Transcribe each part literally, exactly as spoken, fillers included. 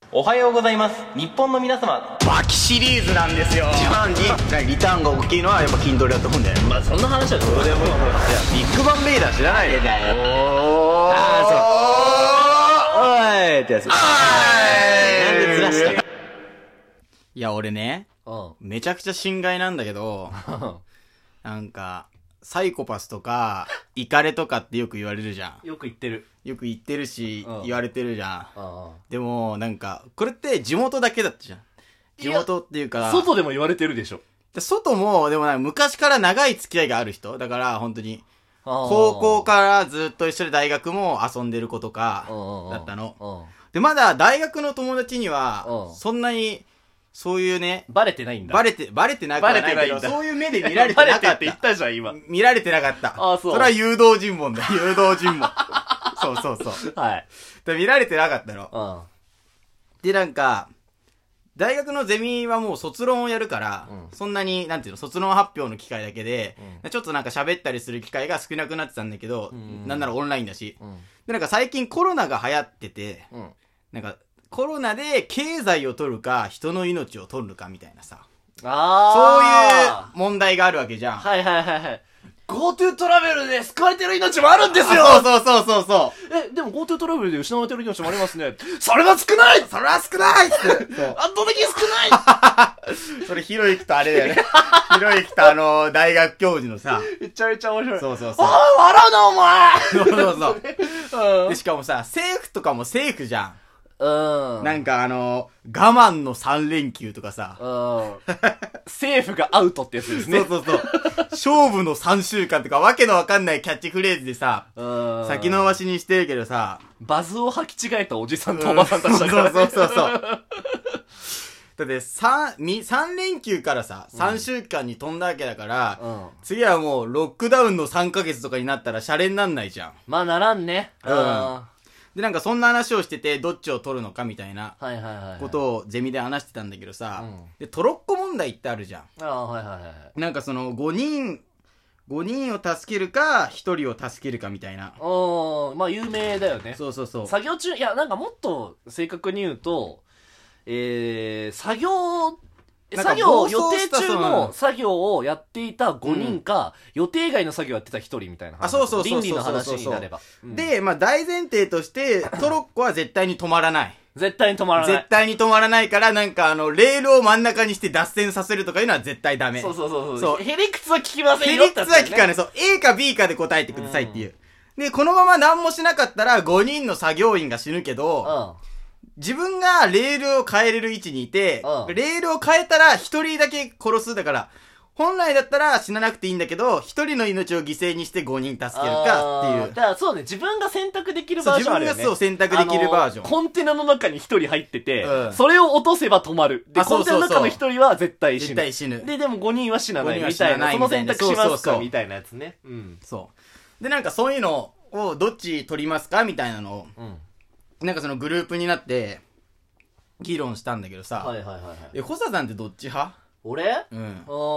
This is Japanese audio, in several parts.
おはようございます。日本の皆様、 バキシリーズなんですよ。一番にリターンが大きいのはやっぱ筋トレだと思うんだよね。 まあそんな話はどうでもいい。 ビッグバンベイダー知らないよ。 おーあーそうおーいってやつ。 なんでずらしたの？ いや俺ね、 うん。 めちゃくちゃ心外なんだけどなんかサイコパスとかイカレとかってよく言われるじゃん。 よく言ってる。 よく言ってるし、 うん言われてるじゃん。 あでもなんかこれって地元だけだったじゃん。地元っていうか、 外でも言われてるでしょ。 で外もでもなんか昔から長い付き合いがある人だから本当に高高校からずっと一緒で大学も遊んでる子とかだったの。でまだ大学の友達にはそんなにそういうね、 バレてないんだ。 バレてバレてなくはないけど、そういう目で見られてなかった。 バレてって言ったじゃん今。 見られてなかった。 ああそう。 それは誘導尋問だ。誘導尋問。そうそうそう。 はい。 で見られてなかったの。 うん。 でなんか大学のゼミはもう卒論をやるから、 うん、 そんなになんていうの卒論発表の機会だけで、うん、ちょっとなんか喋ったりする機会が少なくなってたんだけど、うん、なんならオンラインだし、うん、でなんか最近コロナが流行ってて、うん、なんかコロナで経済を取るか人の命を取るかみたいなさ、 あそういう問題があるわけじゃん。 はいはいはいはい。GoTo トラベルで救われてる命もあるんですよ。 そうそうそうそうそう。 え、でも GoTo トラベルで失われてる命もありますね。それは少ないそれは少ないって。 圧倒的に少ないそれひろゆきとあれだよね。ひろゆきとあの、大学教授のさ。 めちゃめちゃ面白い。 そうそうそう。 ああ、笑うなお前そうそうそう。 うん、 で、しかもさ、政府とかも政府じゃん。 うん。 なんかあの、我慢の三連休とかさ。 うん。政府がアウトってやつですね。 そうそうそう。勝負の三週間とかわけのわかんないキャッチフレーズでさ、先延ばしにしてるけどさ、 バズを履き違えたおじさんとおばさんたちだから、ね。 そうそうそうそう。だって三、三連休からさ、三週間に飛んだわけだから、うん、次はもうロックダウンの三ヶ月とかになったらシャレになんないじゃん。 まあならんね。 うん。で、なんかそんな話をしてて、どっちを取るのかみたいなことをゼミで話してたんだけどさ、うん、で、トロッコ問題ってあるじゃん。 ああ、はいはいはい。 なんかそのごにん、ごにんを助けるか、ひとりを助けるかみたいな。 ああ、まあ有名だよね。 そうそうそう。 作業中、いや、なんかもっと正確に言うと、えー、作業、作業、予定中の作業をやっていたごにんか、うん、予定外の作業やってたひとりみたいな話。 あ、そうそうそうそう。 倫理の話になれば。 うん、で、まあ大前提として、トロッコは絶対に止まらない。 絶対に止まらない。 絶対に止まらないから、なんかあの、レールを真ん中にして脱線させるとかいうのは絶対ダメ。 そうそうそうそう。ヘリクツは聞きませんよって、ね。ヘリクツは聞かない。そう。A か B かで答えてくださいっていう。うん、で、このまま何もしなかったらごにんの作業員が死ぬけど、うん、自分がレールを変えれる位置にいて、うん、レールを変えたら一人だけ殺す。だから、本来だったら死ななくていいんだけど、一人の命を犠牲にしてごにん助けるかっていう。 だからそうね、自分が選択できるバージョンあるよね。 自分がそう選択できるバージョン。 コンテナの中に一人入ってて、うん、それを落とせば止まる。で、コンテナの中の一人は絶対死ぬ。 絶対死ぬ。 で、でもごにんは死なないみたいな。その選択しますかみたいなやつね。 うん。そう。で、なんかそういうのをどっち取りますかみたいなのを、うん、なんかそのグループになって、議論したんだけどさ。 はいはいはい、はい。 え、ホサさんってどっち派？ 俺？うん。あ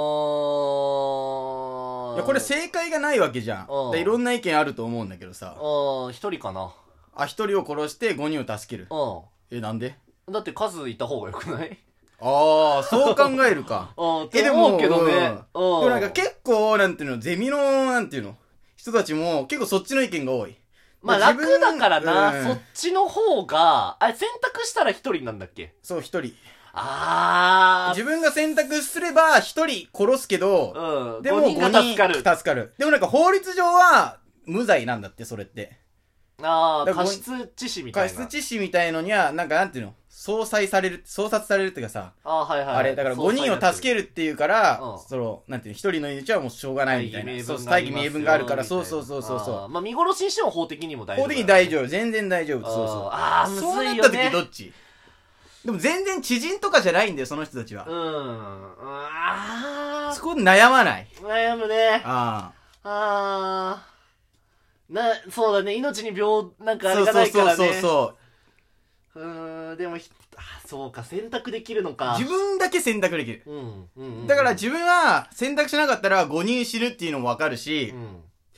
ー。いや、これ正解がないわけじゃん。でいろんな意見あると思うんだけどさ。 あー、一人かな。 あ、一人を殺してごにんを助ける。うん。え、なんで？ だって数いた方がよくない？ あー、そう考えるか。 あー、って思うけどね。うん。でもなんか結構、なんていうの、ゼミの、なんていうの、人たちも結構そっちの意見が多い。 まあ楽だからな、うん、そっちの方が、あれ選択したら一人なんだっけ？ そう、一人。 あー。 自分が選択すれば一人殺すけど、 うん。でもごにんが助かる。 助かる。でもなんか法律上は無罪なんだって、それって。 あー、過失致死みたいな。 過失致死みたいのには、なんかなんていうの、総裁される、捜殺されるっていうかさ、 あー、はいはい。 あれ、だからごにんを助けるっていうから、うん、その、なんていうの、一人の命はもうしょうがないみたいな。そう、大義名分があるから、そうそうそうそうそう。 まあ見殺しにしても法的にも大丈夫、ね。 法的に大丈夫。全然大丈夫。そうそう。 あー、むずいよね。 そうなった時どっち？でも全然知人とかじゃないんだよ、その人たちは。 うん。あー。 そこで悩まない。 悩むね。 ああ。あー。な、そうだね、命に病、なんかあれがないからね。そうそうそうそう。うーん、でも、あ、そうか、選択できるのか。 自分だけ選択できる。 うん。うんうんうん、 だから自分は選択しなかったらごにん死ぬっていうのもわかるし、うん、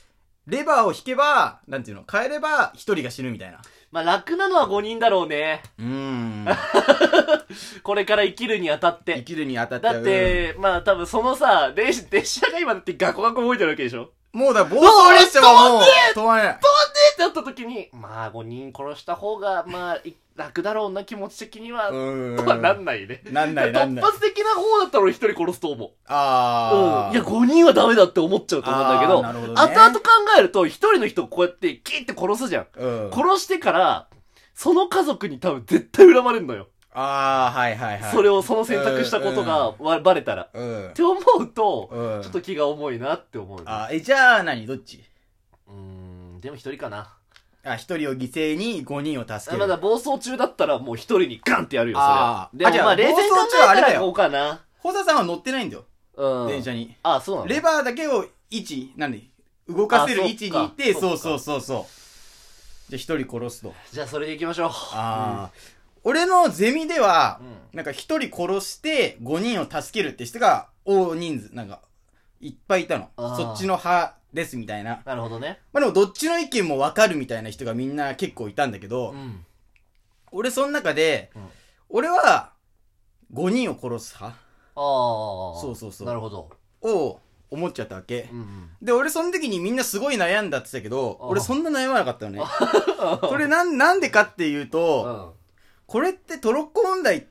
レバーを引けば、なんていうの、変えればひとりが死ぬみたいな。 まあ楽なのはごにんだろうね。 うーん。 これから生きるにあたって。 生きるにあたって。 だって、まあ多分そのさ、列車が今だってガコガコ動いてるわけでしょ。 もうだ、暴走列車はもう、止まれない。 飛んでってなった時に、まあごにん殺した方が、まあ、楽だろうな、気持ち的には、とはなんないね。 なんないなんない。 突発的な方だったら俺一人殺すと思う。 ああ。 うん。いや、ごにんはダメだって思っちゃうと思うんだけど、 なるほどね、 後々考えると、一人の人をこうやってキーって殺すじゃん。うん、殺してから、その家族に多分絶対恨まれるのよ。 ああ、はいはいはい。 それを、その選択したことが、うん、バレたら、うん。って思うと、うん、ちょっと気が重いなって思う、ね。 あえ、じゃあ何どっち？ うーん、でも一人かな。 あ、一人を犠牲に五人を助ける。 まだ暴走中だったらもう一人にガンってやるよ、それは。 でもまあ冷静に考えたらこうかな。 ホサさんは乗ってないんだよ。うん。電車に。 あ、そうなの？ レバーだけを位置、なんで、動かせる位置にいて、そうそうそうそう。じゃあ一人殺すと。 じゃあそれで行きましょう。 ああ。俺のゼミでは、なんか一人殺して五人を助けるって人が大人数、なんか、いっぱいいたの。そっちの派ですみたいな。 なるほどね。 まあでもどっちの意見もわかるみたいな人がみんな結構いたんだけど、うん、俺その中で、うん、俺はごにんを殺す派。ああ。そうそうそう。 なるほど。 を思っちゃったわけ。うんうん、で、俺その時にみんなすごい悩んだって言ったけど、俺そんな悩まなかったのね。これなん、なんでかっていうと、うんこれってトロッコ問題って、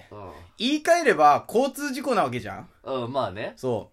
うん、言い換えれば交通事故なわけじゃん。 うん、まあね。 そう。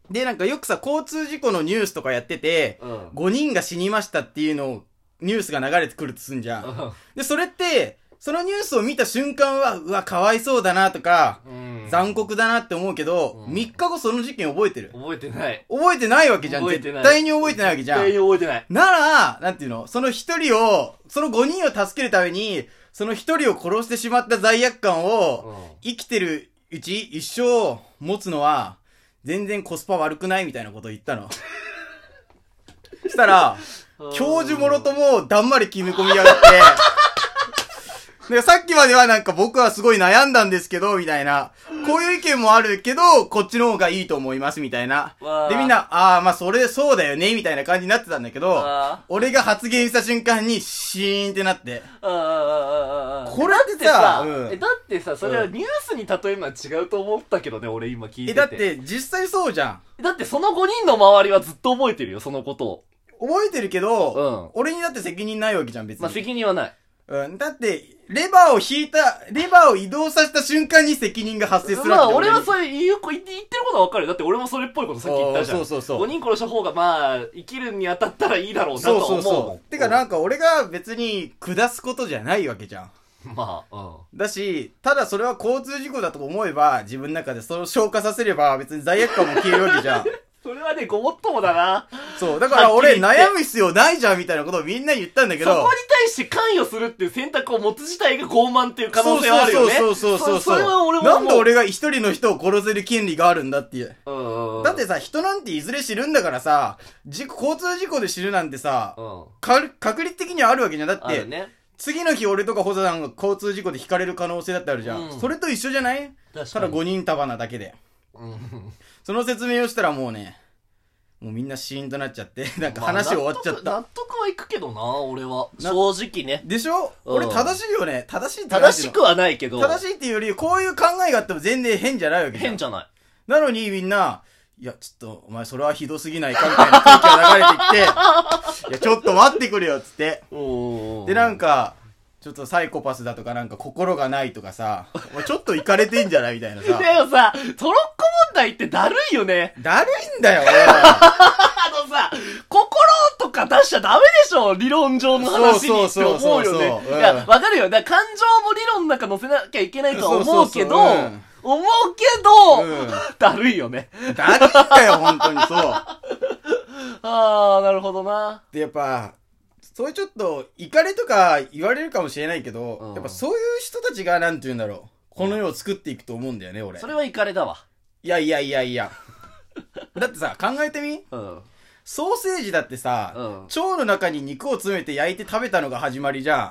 で、なんかよくさ、交通事故のニュースとかやってて、うん、ごにんが死にましたっていうのを、ニュースが流れてくるとすんじゃん。うん、で、それって、そのニュースを見た瞬間は、うわ、かわいそうだなとか、うん、残酷だなって思うけど、うん、みっかごその事件覚えてる？ 覚えてない。 覚えてないわけじゃん。絶対に覚えてないわけじゃん。 絶対に覚えてない。 なら、なんていうのその一人を、そのごにんを助けるために、その一人を殺してしまった罪悪感を、生きてるうち一生持つのは、全然コスパ悪くないみたいなことを言ったの。したら、教授もろともだんまり決め込みやがって、でさっきまではなんか僕はすごい悩んだんですけど、みたいな。こういう意見もあるけど、こっちの方がいいと思います、みたいな。で、みんな、ああ、まあそれそうだよね、みたいな感じになってたんだけど、俺が発言した瞬間にシーンってなって。 これってさ、うん、え、だってさ、それはニュースに例えるのは違うと思ったけどね、俺今聞いてて。 え、だって実際そうじゃん。 だってそのごにんの周りはずっと覚えてるよ、そのことを。 覚えてるけど、うん、俺にだって責任ないわけじゃん、別に。 まあ責任はない。 うん。だって、レバーを引いた、レバーを移動させた瞬間に責任が発生するわけまあ、俺はそれ言う、言ってることはわかるよ。だって俺もそれっぽいことさっき言ったじゃん。そうそうそう。ごにん殺した方がまあ、生きるにあたったらいいだろうなと思う。そうそうそう。 てかなんか俺が別に下すことじゃないわけじゃん。 まあ、うん。 だし、ただそれは交通事故だと思えば、自分の中でそれを消化させれば別に罪悪感も消えるわけじゃん。 それはね、ごもっともだな。 そう。だから俺悩む必要ないじゃんみたいなことをみんなに言ったんだけど。 そこに対して関与するっていう選択を持つ自体が傲慢っていう可能性はあるよね。 そうそうそうそうそう。それは俺も。なんで俺が一人の人を殺せる権利があるんだっていう。うん。だってさ、人なんていずれ死ぬんだからさ、事故、交通事故で死ぬなんてさ、うん、か確率的にはあるわけじゃん。だって、ね、次の日俺とかホサさんが交通事故で引かれる可能性だってあるじゃん。うん、それと一緒じゃない？ただごにん束なだけで。うん。その説明をしたらもうね、もうみんなシーンとなっちゃって、なんか話終わっちゃった。 まあ、納得、納得はいくけどな、俺は。正直ね。 でしょ、うん、俺正しいよね。正しいって正しくはないけど。 正しいっていうより、こういう考えがあっても全然変じゃないわけじゃん。 変じゃない。 なのにみんな、いや、ちょっと、お前それはひどすぎないかみたいな空気が流れてきて、いや、ちょっと待ってくれよ、つって。で、なんか、ちょっとサイコパスだとかなんか心がないとかさ、ちょっとイカれてんじゃないみたいなさ。 でもさ、トロッコ問題ってだるいよね。 だるいんだよ、俺は。 あのさ、心とか出しちゃダメでしょ、理論上の話にって思うよね。いや、わかるよ。だから感情も理論の中乗せなきゃいけないとは思うけど、そうそうそう、うん、思うけど、うん、だるいよね。 だるいんだよ、本当にそう。 あー、なるほどな。 で、やっぱ、そういうちょっと、イカレとか言われるかもしれないけど、うん、やっぱそういう人たちがなんて言うんだろう。この世を作っていくと思うんだよね、俺。 それはイカレだわ。 いやいやいやいや。だってさ、考えてみ、うん、ソーセージだってさ、うん、腸の中に肉を詰めて焼いて食べたのが始まりじゃん。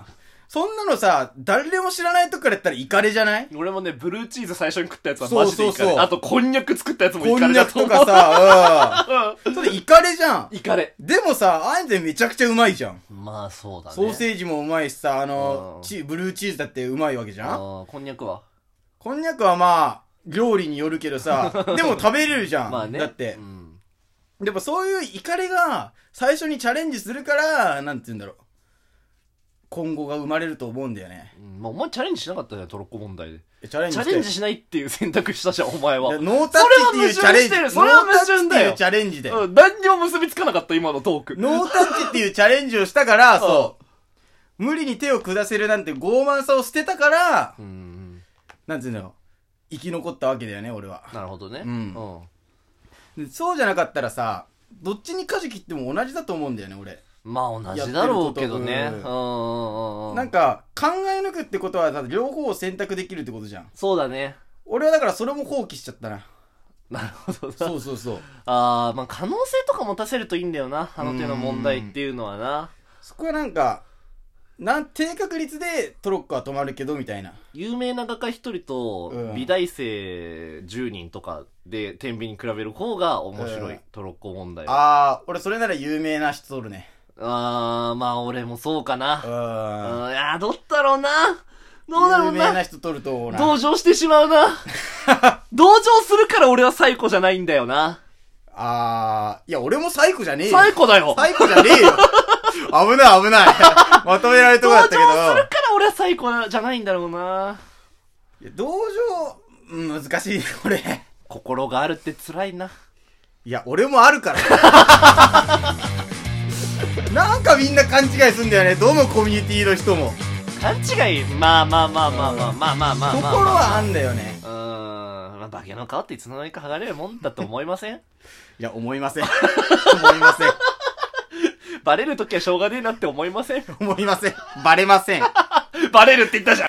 そんなのさ、誰でも知らないとこからやったらイカレじゃない？ 俺もね、ブルーチーズ最初に食ったやつはマジでイカレ。 そうそうそうあと、こんにゃく作ったやつもイカレだと思う。 こんにゃくとかさ、うん。それイカレじゃん。 イカレ。 でもさ、あえてめちゃくちゃうまいじゃん。 まあ、そうだね。 ソーセージもうまいしさ、あの、チブルーチーズだってうまいわけじゃん。 あこんにゃくはこんにゃくはまあ、料理によるけどさ、でも食べれるじゃん。まあね。だって。うん、でもそういうイカレが、最初にチャレンジするから、なんて言うんだろう。今後が生まれると思うんだよね。 うん、まあ、お前チャレンジしなかったじゃん、トロッコ問題で。 チャレンジチャレンジしないっていう選択したじゃん、お前は。 ノータッチっていうチャレンジ。 それは矛盾だよ。 ノータッチっていうチャレンジで。 うん、何にも結びつかなかった、今のトーク。 ノータッチっていうチャレンジをしたから、そう。無理に手を下せるなんて傲慢さを捨てたから、うん、なんていうんだろう。生き残ったわけだよね、俺は。 なるほどね。うん。 うん、そうじゃなかったらさ、どっちに舵切っても同じだと思うんだよね、俺。 まあ同じだろうけどね。うんうんうん。なんか、考え抜くってことは、両方を選択できるってことじゃん。 そうだね。 俺はだからそれも放棄しちゃったな。 なるほどな。 そうそうそう。 ああ、まあ可能性とか持たせるといいんだよな。あの手の問題っていうのはな。 そこはなんか、なん低確率でトロッコは止まるけどみたいな。 有名な画家一人と美大生じゅうにんとかで天秤に比べる方が面白い、うん、トロッコ問題は。 ああ、俺それなら有名な人おるね。 ああ、まあ俺もそうかな。うん。いや、どっだろうな。どうだろうな。 有名な人取るとな。 同情してしまうな。同情するから俺はサイコじゃないんだよな。 ああ、いや俺もサイコじゃねえよ。 サイコだよ。 サイコじゃねえよ。危ない危ない。まとめられるとこだったけど。 同情するから俺はサイコじゃないんだろうな。 いや、同情、うん、難しいね、これ。 心があるって辛いな。 いや、俺もあるから。なんかみんな勘違いすんだよね、どのコミュニティの人も。 勘違いまあまあまあまあまあまあまあまあまあ。 心はあんだよね。 うーん。まあ、化けの皮っていつの間にか剥がれるもんだと思いません？ いや、思いません。思いません。 バレるときはしょうがねえなって思いません？ 思いません。バレません。 バレるって言ったじゃん。